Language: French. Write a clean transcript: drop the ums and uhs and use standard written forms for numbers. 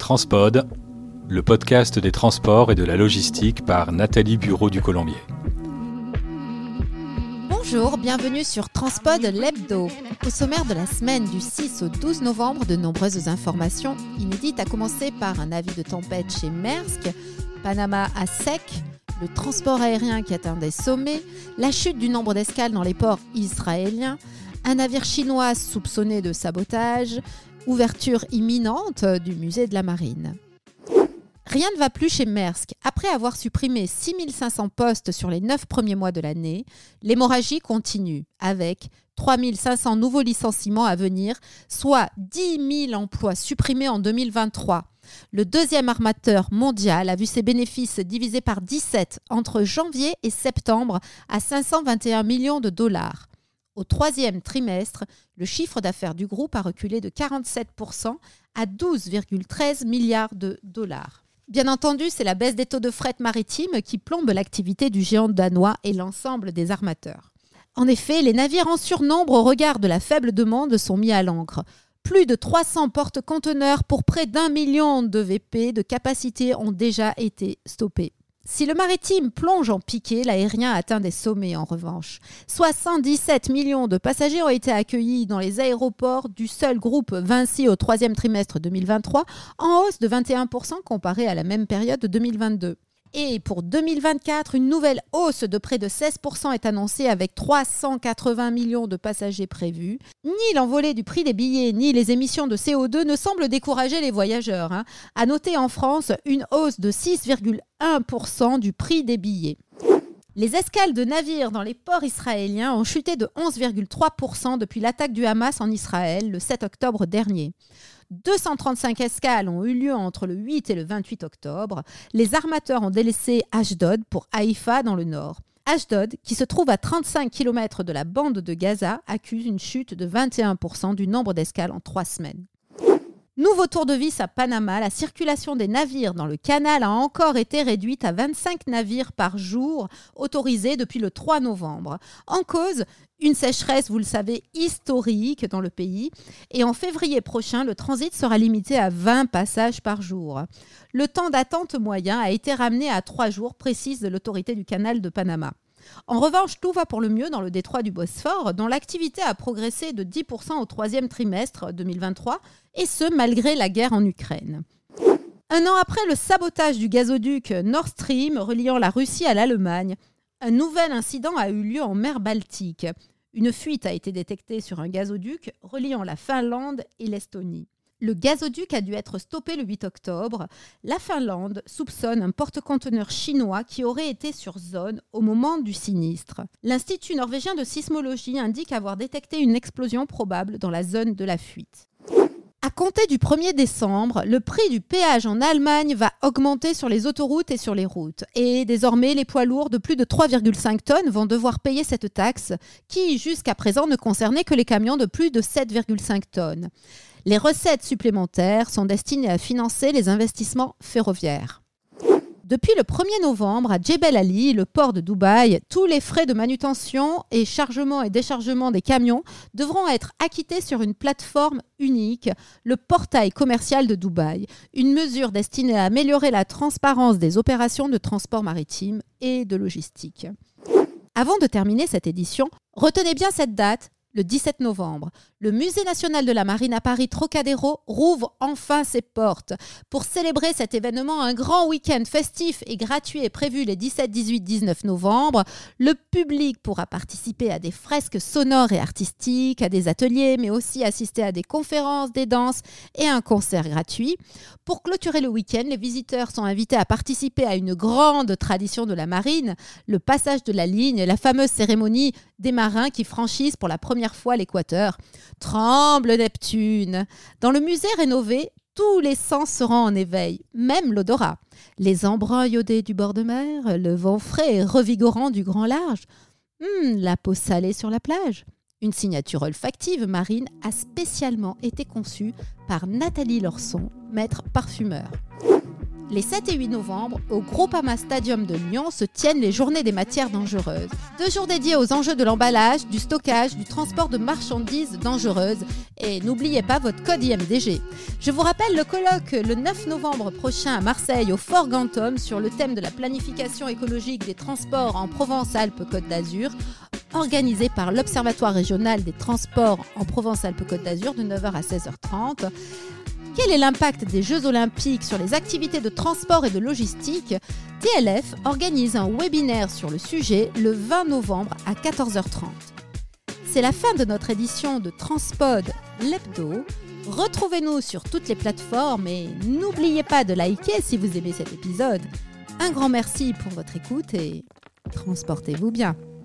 Transpod, le podcast des transports et de la logistique par Nathalie Bureau du Colombier. Bonjour, bienvenue sur Transpod l'Hebdo. Au sommaire de la semaine du 6 au 12 novembre, de nombreuses informations inédites, à commencer par un avis de tempête chez Maersk, Panama à sec, le transport aérien qui atteint des sommets, la chute du nombre d'escales dans les ports israéliens, un navire chinois soupçonné de sabotage, ouverture imminente du musée de la Marine. Rien ne va plus chez Maersk. Après avoir supprimé 6500 postes sur les 9 premiers mois de l'année, l'hémorragie continue avec 3500 nouveaux licenciements à venir, soit 10 000 emplois supprimés en 2023. Le deuxième armateur mondial a vu ses bénéfices divisés par 17 entre janvier et septembre à 521 millions de dollars. Au troisième trimestre, le chiffre d'affaires du groupe a reculé de 47% à 12,13 milliards de dollars. Bien entendu, c'est la baisse des taux de fret maritime qui plombe l'activité du géant danois et l'ensemble des armateurs. En effet, les navires en surnombre au regard de la faible demande sont mis à l'ancre. Plus de 300 porte-conteneurs pour près d'1 million de VP de capacité ont déjà été stoppés. Si le maritime plonge en piqué, l'aérien atteint des sommets en revanche. 77 millions de passagers ont été accueillis dans les aéroports du seul groupe Vinci au troisième trimestre 2023, en hausse de 21% comparé à la même période de 2022. Et pour 2024, une nouvelle hausse de près de 16% est annoncée avec 380 millions de passagers prévus. Ni l'envolée du prix des billets, ni les émissions de CO2 ne semblent décourager les voyageurs. À noter en France une hausse de 6,1% du prix des billets. Les escales de navires dans les ports israéliens ont chuté de 11,3% depuis l'attaque du Hamas en Israël le 7 octobre dernier. 235 escales ont eu lieu entre le 8 et le 28 octobre. Les armateurs ont délaissé Ashdod pour Haïfa dans le nord. Ashdod, qui se trouve à 35 km de la bande de Gaza, accuse une chute de 21% du nombre d'escales en 3 semaines. Nouveau tour de vis à Panama, la circulation des navires dans le canal a encore été réduite à 25 navires par jour, autorisés depuis le 3 novembre. En cause, une sécheresse, vous le savez, historique dans le pays. Et en février prochain, le transit sera limité à 20 passages par jour. Le temps d'attente moyen a été ramené à 3 jours, précise l'autorité du canal de Panama. En revanche, tout va pour le mieux dans le détroit du Bosphore, dont l'activité a progressé de 10% au troisième trimestre 2023, et ce, malgré la guerre en Ukraine. Un an après le sabotage du gazoduc Nord Stream reliant la Russie à l'Allemagne, un nouvel incident a eu lieu en mer Baltique. Une fuite a été détectée sur un gazoduc reliant la Finlande et l'Estonie. Le gazoduc a dû être stoppé le 8 octobre. La Finlande soupçonne un porte-conteneur chinois qui aurait été sur zone au moment du sinistre. L'Institut norvégien de sismologie indique avoir détecté une explosion probable dans la zone de la fuite. À compter du 1er décembre, le prix du péage en Allemagne va augmenter sur les autoroutes et sur les routes. Et désormais, les poids lourds de plus de 3,5 tonnes vont devoir payer cette taxe qui, jusqu'à présent, ne concernait que les camions de plus de 7,5 tonnes. Les recettes supplémentaires sont destinées à financer les investissements ferroviaires. Depuis le 1er novembre, à Jebel Ali, le port de Dubaï, tous les frais de manutention et chargement et déchargement des camions devront être acquittés sur une plateforme unique, le portail commercial de Dubaï, une mesure destinée à améliorer la transparence des opérations de transport maritime et de logistique. Avant de terminer cette édition, retenez bien cette date, le 17 novembre, le Musée national de la Marine à Paris Trocadéro rouvre enfin ses portes. Pour célébrer cet événement, un grand week-end festif et gratuit est prévu les 17, 18, 19 novembre. Le public pourra participer à des fresques sonores et artistiques, à des ateliers, mais aussi assister à des conférences, des danses et un concert gratuit. Pour clôturer le week-end, les visiteurs sont invités à participer à une grande tradition de la marine, le passage de la ligne, la fameuse cérémonie des marins qui franchissent pour la première fois l'équateur. Tremble Neptune! Dans le musée rénové, tous les sens seront en éveil, même l'odorat. Les embruns iodés du bord de mer, le vent frais et revigorant du grand large. La peau salée sur la plage. Une signature olfactive marine a spécialement été conçue par Nathalie Lorson, maître parfumeur. Les 7 et 8 novembre, au Groupama Stadium de Lyon se tiennent les Journées des matières dangereuses. 2 jours dédiés aux enjeux de l'emballage, du stockage, du transport de marchandises dangereuses. Et n'oubliez pas votre code IMDG. Je vous rappelle le colloque le 9 novembre prochain à Marseille, au Fort Gantom, sur le thème de la planification écologique des transports en Provence-Alpes-Côte d'Azur, organisé par l'Observatoire régional des transports en Provence-Alpes-Côte d'Azur de 9h à 16h30. Quel est l'impact des Jeux Olympiques sur les activités de transport et de logistique ? TLF organise un webinaire sur le sujet le 20 novembre à 14h30. C'est la fin de notre édition de Transpod l'hebdo. Retrouvez-nous sur toutes les plateformes et n'oubliez pas de liker si vous aimez cet épisode. Un grand merci pour votre écoute et transportez-vous bien.